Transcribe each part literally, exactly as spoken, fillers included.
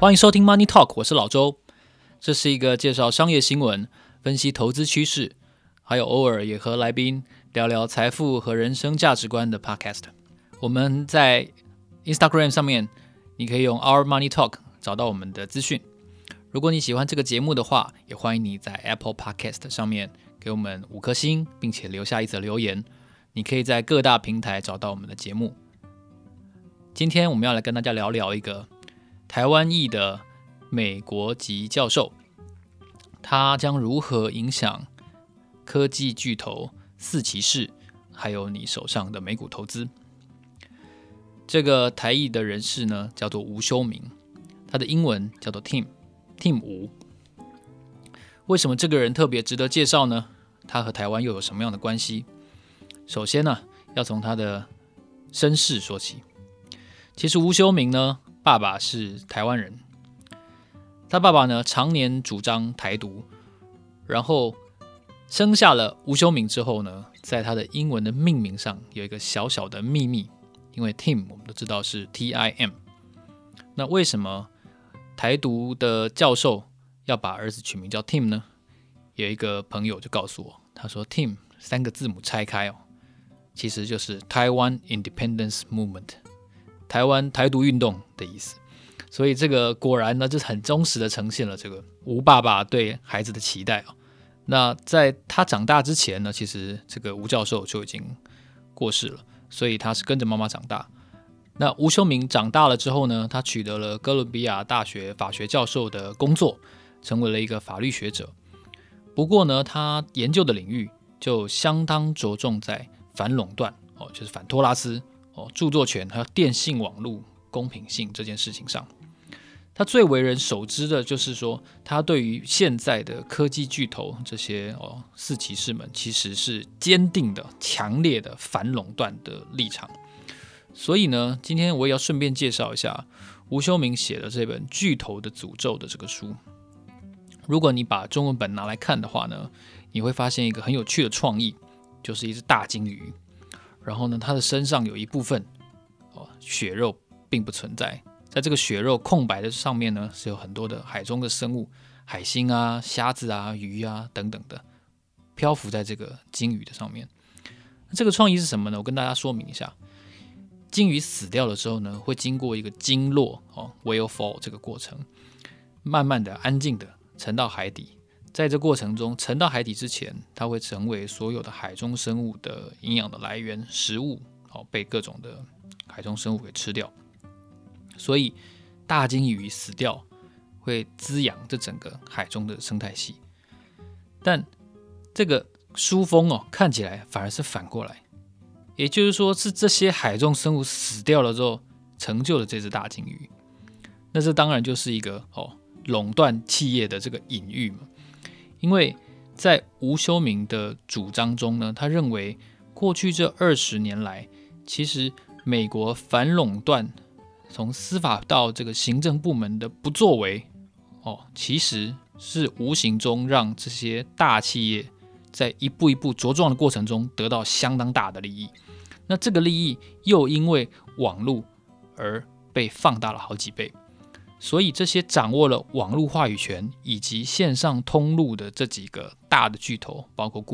欢迎收听 Money Talk， 我是老周。这是一个介绍商业新闻、分析投资趋势，还有偶尔也和来宾聊聊财富和人生价值观的 podcast。我们在 Instagram 上面，你可以用 Our Money Talk 找到我们的资讯。如果你喜欢这个节目的话，也欢迎你在 Apple Podcast 上面给我们五颗星，并且留下一则留言。你可以在各大平台找到我们的节目。今天我们要来跟大家聊聊一个台湾裔的美国籍教授，他将如何影响科技巨头四骑士，还有你手上的美股投资。这个台裔的人士呢，叫做吴修明，他的英文叫做 Tim Tim 吴。为什么这个人特别值得介绍呢？他和台湾又有什么样的关系？首先呢，要从他的身世说起。其实吴修明呢，爸爸是台湾人，他爸爸呢常年主张台独，然后生下了吴修明之后呢，在他的英文的命名上有一个小小的秘密，因为 Tim 我们都知道是 T I M。那为什么台独的教授要把儿子取名叫 Tim 呢？有一个朋友就告诉我，他说 Tim 三个字母拆开哦，其实就是 Taiwan Independence Movement， 台湾台独运动的意思。所以这个果然呢，就是很忠实的呈现了这个吴爸爸对孩子的期待哦。那在他长大之前呢，其实这个吴教授就已经过世了，所以他是跟着妈妈长大。那吴修明长大了之后呢，他取得了哥伦比亚大学法学教授的工作，成为了一个法律学者。不过呢，他研究的领域就相当着重在反垄断哦，就是反托拉斯哦，著作权还有电信网络公平性这件事情上。他最为人熟知的就是说，他对于现在的科技巨头这些哦四骑士们，其实是坚定的、强烈的反垄断的立场。所以呢，今天我也要顺便介绍一下吴修明写的这本《巨头的诅咒》的这个书。如果你把中文本拿来看的话呢，你会发现一个很有趣的创意，就是一只大鲸鱼。然后呢，它的身上有一部分哦血肉并不存在。在这个血肉空白的上面呢，是有很多的海中的生物，海星啊、虾子啊、鱼啊等等的，漂浮在这个鲸鱼的上面。这个创意是什么呢？我跟大家说明一下。鲸鱼死掉了之后呢，会经过一个鲸落哦 whale fall 这个过程，慢慢的、安静的沉到海底。在这过程中，沉到海底之前，它会成为所有的海中生物的营养的来源，食物哦被各种的海中生物给吃掉。所以大鲸鱼死掉会滋养这整个海中的生态系，但这个书封哦看起来反而是反过来，也就是说是这些海中生物死掉了之后成就了这只大鲸鱼。那这当然就是一个哦垄断企业的这个隐喻嘛，因为在吴修明的主张中呢，他认为过去这二十年来，其实美国反垄断从司法到这个行政部门的不作为哦，其实是无形中让这些大企业在一步一步茁壮的过程中得到相当大的利益。那这个利益又因为网络而被放大了好几倍，所以这些掌握了网络话语权以及线上通路的这几个大的巨头，包括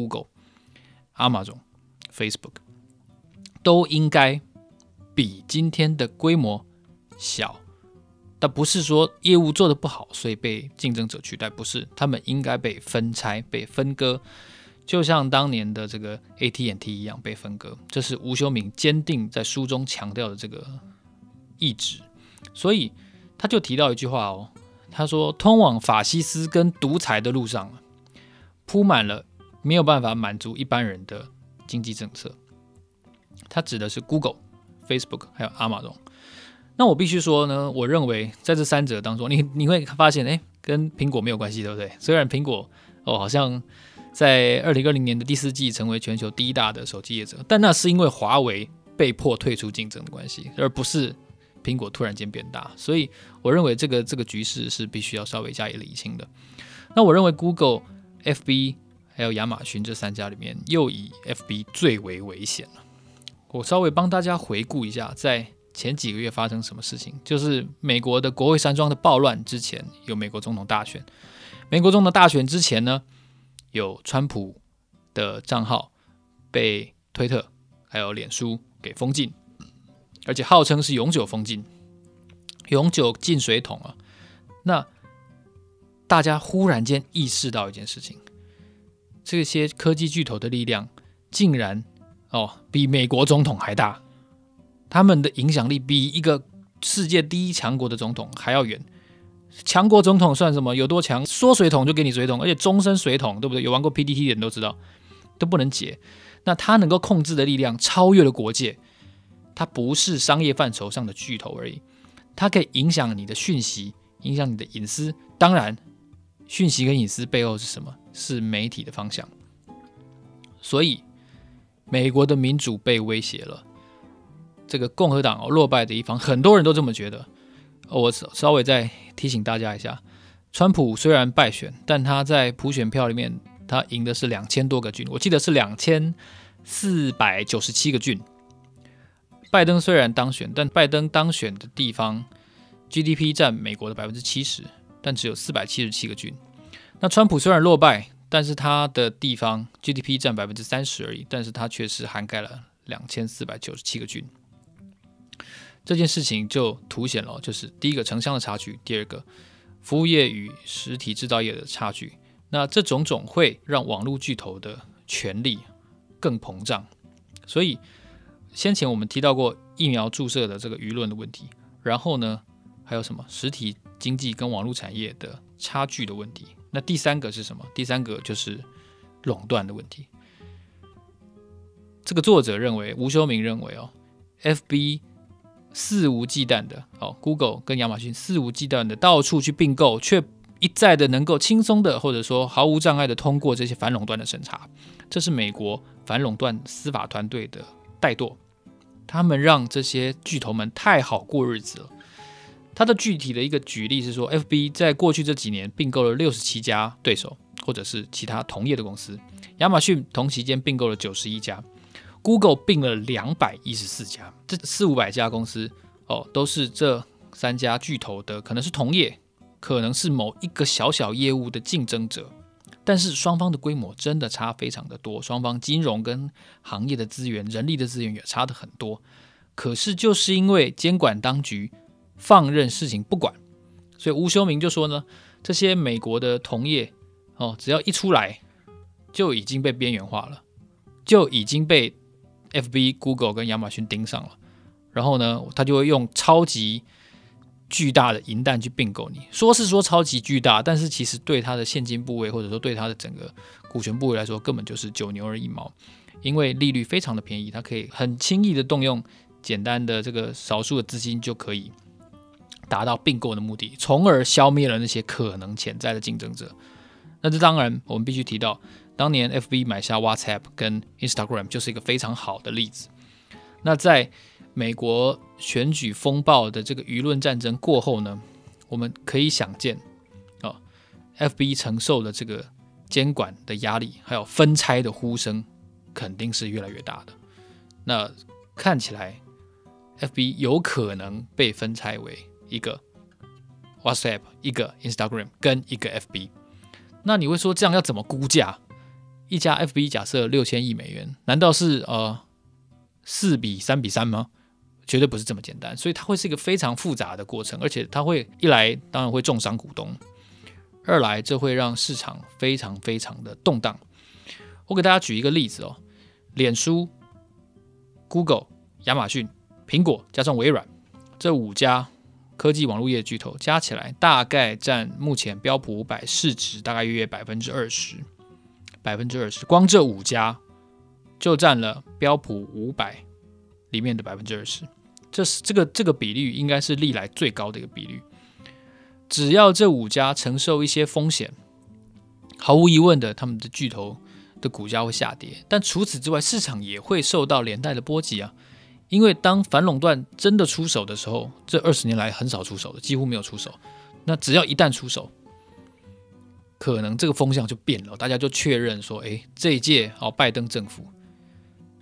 Google、Amazon、Facebook， 都应该比今天的规模小，但不是说业务做得不好，所以被竞争者取代，不是，他们应该被分拆、被分割，就像当年的这个 A T and T 一样被分割。这是吴修明坚定在书中强调的这个意志。所以他就提到一句话哦，他说：“通往法西斯跟独裁的路上，铺满了没有办法满足一般人的经济政策。”他指的是 Google、Facebook 还有 Amazon。那我必须说呢，我认为在这三者当中，你你会发现，哎，跟苹果没有关系，对不对？虽然苹果哦好像在二零二零年的第四季成为全球第一大的手机业者，但那是因为华为被迫退出竞争的关系，而不是苹果突然间变大。所以我认为这个这个局势是必须要稍微加以理清的。那我认为 Google、F B 还有亚马逊这三家里面，又以 F B 最为危险了。我稍微帮大家回顾一下，在前几个月发生什么事情，就是美国的国会山庄的暴乱之前有美国总统大选，美国总统大选之前呢，有川普的账号被推特还有脸书给封禁，而且号称是永久封禁，永久进水桶啊。那大家忽然间意识到一件事情，这些科技巨头的力量竟然哦比美国总统还大，他们的影响力比一个世界第一强国的总统还要远。强国总统算什么？有多强？缩水桶就给你水桶，而且终身水桶，对不对？有玩过 P T T 的人都知道，都不能解。那他能够控制的力量超越了国界，它不是商业范畴上的巨头而已，它可以影响你的讯息，影响你的隐私。当然，讯息跟隐私背后是什么？是媒体的方向。所以，美国的民主被威胁了。这个共和党、哦、落败的一方，很多人都这么觉得。我稍微再提醒大家一下，川普虽然败选，但他在普选票里面，他赢的是两千多个郡，我记得是两千四百九十七个郡。拜登虽然当选，但拜登当选的地方 G D P 占美国的 百分之七十， 但只有四百七十七个郡。那川普虽然落败，但是他的地方 G D P 占 百分之三十 而已，但是他却是涵盖了两千四百九十七个郡。这件事情就凸显了，就是第一个城乡的差距，第二个服务业与实体制造业的差距。那这种种会让网络巨头的权力更膨胀。所以先前我们提到过疫苗注射的这个舆论的问题，然后呢还有什么实体经济跟网络产业的差距的问题。那第三个是什么？第三个就是垄断的问题。这个作者认为，吴修明认为哦 ，F B 肆无忌惮的哦 ，Google 跟亚马逊肆无忌惮的到处去并购，却一再的能够轻松的或者说毫无障碍的通过这些反垄断的审查，这是美国反垄断司法团队的怠惰，他们让这些巨头们太好过日子了。他的具体的一个举例是说 ，F B 在过去这几年并购了六十七家对手，或者是其他同业的公司。亚马逊同期间并购了九十一家。Google 并了两百一十四家，这四五百家公司哦，都是这三家巨头的，可能是同业，可能是某一个小小业务的竞争者，但是双方的规模真的差非常的多，双方金融跟行业的资源、人力的资源也差得很多。可是就是因为监管当局放任事情不管，所以吴修明就说呢，这些美国的同业哦，只要一出来就已经被边缘化了，就已经被F B、Google 跟亚马逊盯上了，然后呢，他就会用超级巨大的银弹去并购你。说是说超级巨大，但是其实对他的现金部位或者说对他的整个股权部位来说，根本就是九牛二一毛。因为利率非常的便宜，他可以很轻易的动用简单的这个少数的资金就可以达到并购的目的，从而消灭了那些可能潜在的竞争者。那这当然我们必须提到，当年 F B 买下 WhatsApp 跟 Instagram 就是一个非常好的例子。那在美国选举风暴的这个舆论战争过后呢，我们可以想见、哦、F B 承受的这个监管的压力还有分拆的呼声肯定是越来越大的。那看起来 F B 有可能被分拆为一个 WhatsApp、一个 Instagram 跟一个 F B。那你会说这样要怎么估价？一家 F B 假设六千亿美元，难道是呃四比三比三吗？绝对不是这么简单，所以它会是一个非常复杂的过程，而且它会一来当然会重伤股东，二来这会让市场非常非常的动荡。我给大家举一个例子哦，脸书、Google、亚马逊、苹果加上微软这五家科技网络业巨头加起来，大概占目前标普五百市值大概约百分之二十，百分之二十，光这五家就占了标普五百里面的百分之二十，这是这个这个比率应该是历来最高的一个比率。只要这五家承受一些风险，毫无疑问的，他们的巨头的股价会下跌。但除此之外，市场也会受到连带的波及啊。因为当反垄断真的出手的时候，这二十年来很少出手的，几乎没有出手。那只要一旦出手，可能这个风向就变了，大家就确认说，哎，这一届、哦、拜登政府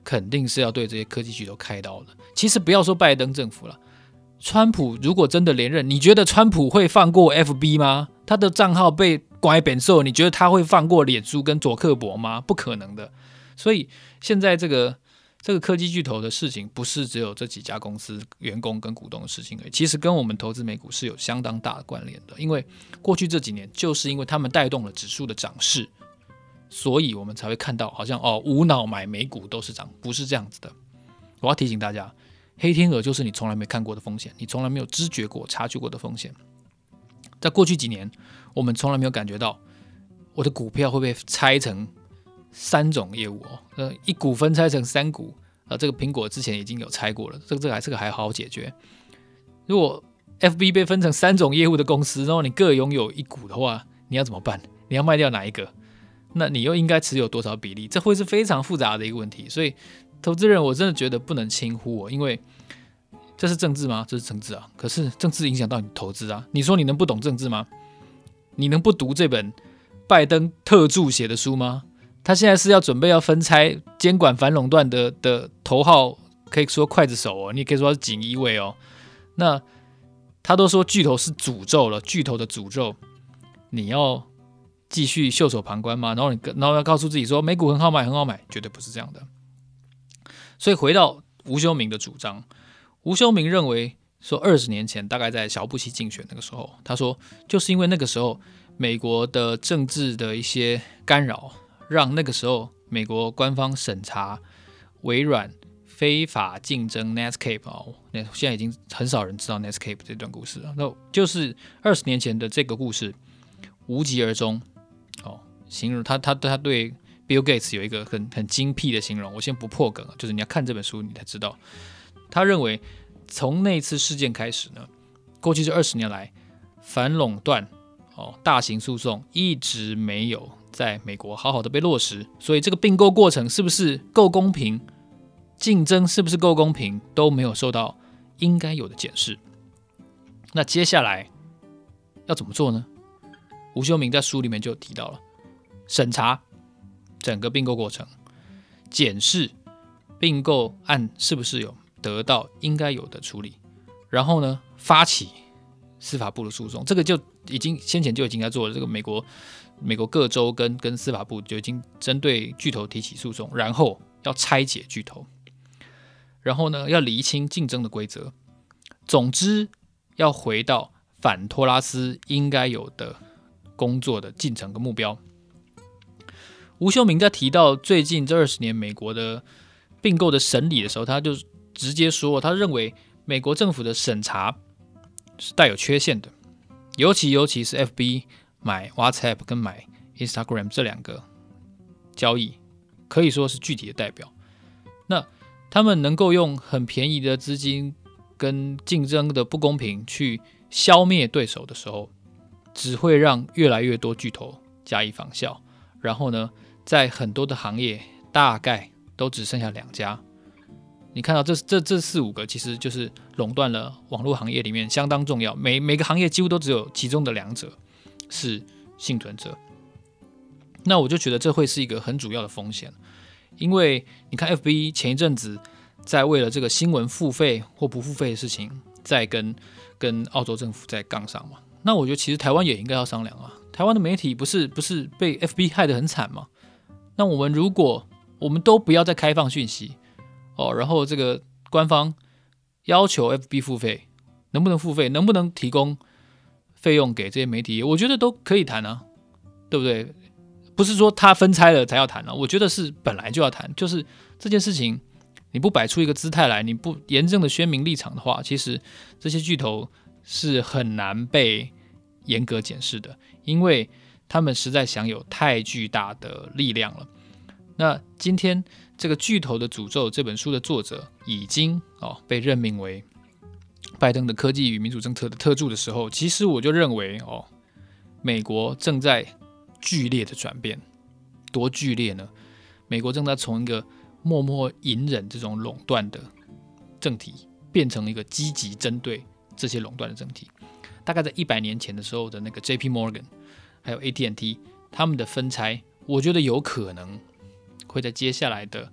肯定是要对这些科技巨头开刀的。其实不要说拜登政府了，川普如果真的连任，你觉得川普会放过 F B 吗？他的账号被关贬售，你觉得他会放过脸书跟佐克伯吗？不可能的。所以现在这个这个科技巨头的事情，不是只有这几家公司员工跟股东的事情而已，其实跟我们投资美股是有相当大的关联的。因为过去这几年，就是因为他们带动了指数的涨势，所以我们才会看到好像哦无脑买美股都是涨，不是这样子的。我要提醒大家，黑天鹅就是你从来没看过的风险，你从来没有知觉过、察觉过的风险。在过去几年，我们从来没有感觉到我的股票会被拆成三种业务哦，呃，一股分拆成三股，呃，这个苹果之前已经有拆过了，这个这个还这个还好解决。如果 F B 被分成三种业务的公司，然后你各拥有一股的话，你要怎么办？你要卖掉哪一个？那你又应该持有多少比例？这会是非常复杂的一个问题。所以，投资人我真的觉得不能轻忽哦，因为这是政治吗？这是政治啊，可是政治影响到你投资啊。你说你能不懂政治吗？你能不读这本拜登特助写的书吗？他现在是要准备要分拆监管反垄断的的头号，可以说刽子手哦，你也可以说是锦衣卫哦。那他都说巨头是诅咒了，巨头的诅咒，你要继续袖手旁观吗？然后你然后要告诉自己说美股很好买，很好买，绝对不是这样的。所以回到吴修明的主张，吴修明认为说，二十年前大概在小布希竞选那个时候，他说就是因为那个时候美国的政治的一些干扰，让那个时候美国官方审查微软非法竞争 Netscape 哦，现在已经很少人知道 Netscape 这段故事了。那就是二十年前的这个故事无疾而终哦。形容他他他对 Bill Gates 有一个很很精辟的形容，我先不破梗，就是你要看这本书你才知道。他认为从那次事件开始呢，过去这二十年来，反垄断哦大型诉讼一直没有在美国好好的被落实，所以这个并购过程是不是够公平，竞争是不是够公平，都没有受到应该有的检视。那接下来要怎么做呢？吴修明在书里面就提到了审查整个并购过程，检视并购案是不是有得到应该有的处理，然后呢发起司法部的诉讼，这个就已经先前就已经在做了。这个美国美国各州跟跟司法部就已经针对巨头提起诉讼，然后要拆解巨头，然后呢要厘清竞争的规则。总之要回到反托拉斯应该有的工作的进程跟目标。吴修明在提到最近这二十年美国的并购的审理的时候，他就直接说，他认为美国政府的审查是带有缺陷的，尤其尤其是 F B 买 WhatsApp 跟买 Instagram 这两个交易，可以说是具体的代表。那他们能够用很便宜的资金跟竞争的不公平去消灭对手的时候，只会让越来越多巨头加以仿效，然后呢，在很多的行业大概都只剩下两家。你看到这这这四五个，其实就是垄断了网络行业里面相当重要，每每个行业几乎都只有其中的两者是幸存者。那我就觉得这会是一个很主要的风险，因为你看 F B 前一阵子在为了这个新闻付费或不付费的事情，在跟跟澳洲政府在杠上嘛。那我觉得其实台湾也应该要商量啊，台湾的媒体不是不是被 F B 害得很惨吗？那我们如果我们都不要再开放讯息哦，然后这个官方要求 F B 付费，能不能付费，能不能提供费用给这些媒体，我觉得都可以谈啊，对不对？不是说他分拆了才要谈啊，我觉得是本来就要谈，就是这件事情你不摆出一个姿态来，你不严正的宣明立场的话，其实这些巨头是很难被严格检视的，因为他们实在享有太巨大的力量了。那今天这个巨头的诅咒这本书的作者已经、哦、被任命为拜登的科技与民主政策的特助的时候，其实我就认为、哦、美国正在剧烈的转变。多剧烈呢？美国正在从一个默默隐忍这种垄断的政体，变成一个积极针对这些垄断的政体。大概在一百年前的时候的那个 J P Morgan 还有 A T and T 他们的分拆，我觉得有可能会在接下来的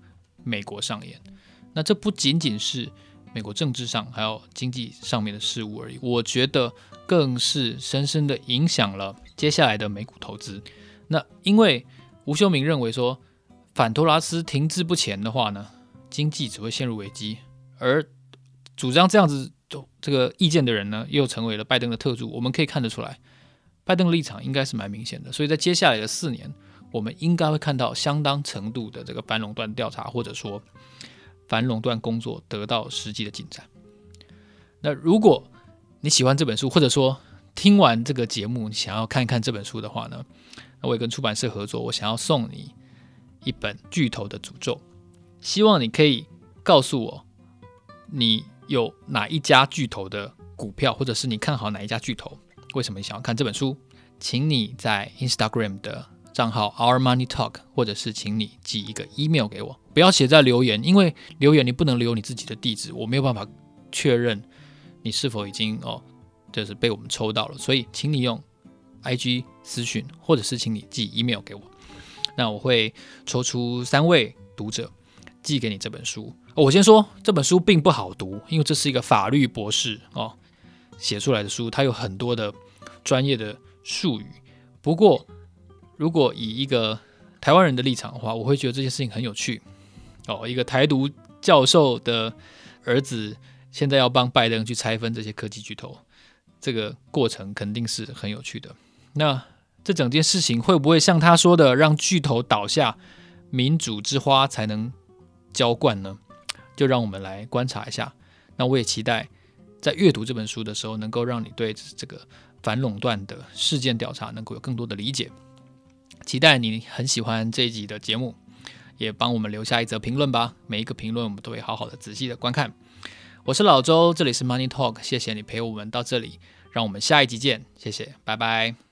美国上演。那这不仅仅是美国政治上还有经济上面的事物而已，我觉得更是深深的影响了接下来的美股投资。那因为吴修明认为说，反托拉斯停滞不前的话呢，经济只会陷入危机，而主张这样子这个意见的人呢，又成为了拜登的特助。我们可以看得出来，拜登的立场应该是蛮明显的，所以在接下来的四年，我们应该会看到相当程度的这个反垄断调查，或者说反垄断工作得到实际的进展。那如果你喜欢这本书，或者说听完这个节目你想要看一看这本书的话呢，那我也跟出版社合作，我想要送你一本巨头的诅咒，希望你可以告诉我你有哪一家巨头的股票，或者是你看好哪一家巨头，为什么你想要看这本书。请你在 Instagram 的账号 Our Money Talk， 或者是请你寄一个 email 给我，不要写在留言，因为留言你不能留你自己的地址，我没有办法确认你是否已经哦，就是被我们抽到了，所以请你用 I G 私讯，或者是请你寄 email 给我，那我会抽出三位读者寄给你这本书。哦、我先说这本书并不好读，因为这是一个法律博士哦写出来的书，它有很多的专业的术语。不过如果以一个台湾人的立场的话，我会觉得这件事情很有趣哦。一个台独教授的儿子现在要帮拜登去拆分这些科技巨头，这个过程肯定是很有趣的。那这整件事情会不会像他说的，让巨头倒下，民主之花才能浇灌呢？就让我们来观察一下。那我也期待在阅读这本书的时候，能够让你对这个反垄断的事件调查能够有更多的理解。期待你很喜欢这一集的节目，也帮我们留下一则评论吧。每一个评论我们都会好好的仔细的观看。我是老周，这里是 Money Talk， 谢谢你陪我们到这里，让我们下一集见，谢谢，拜拜。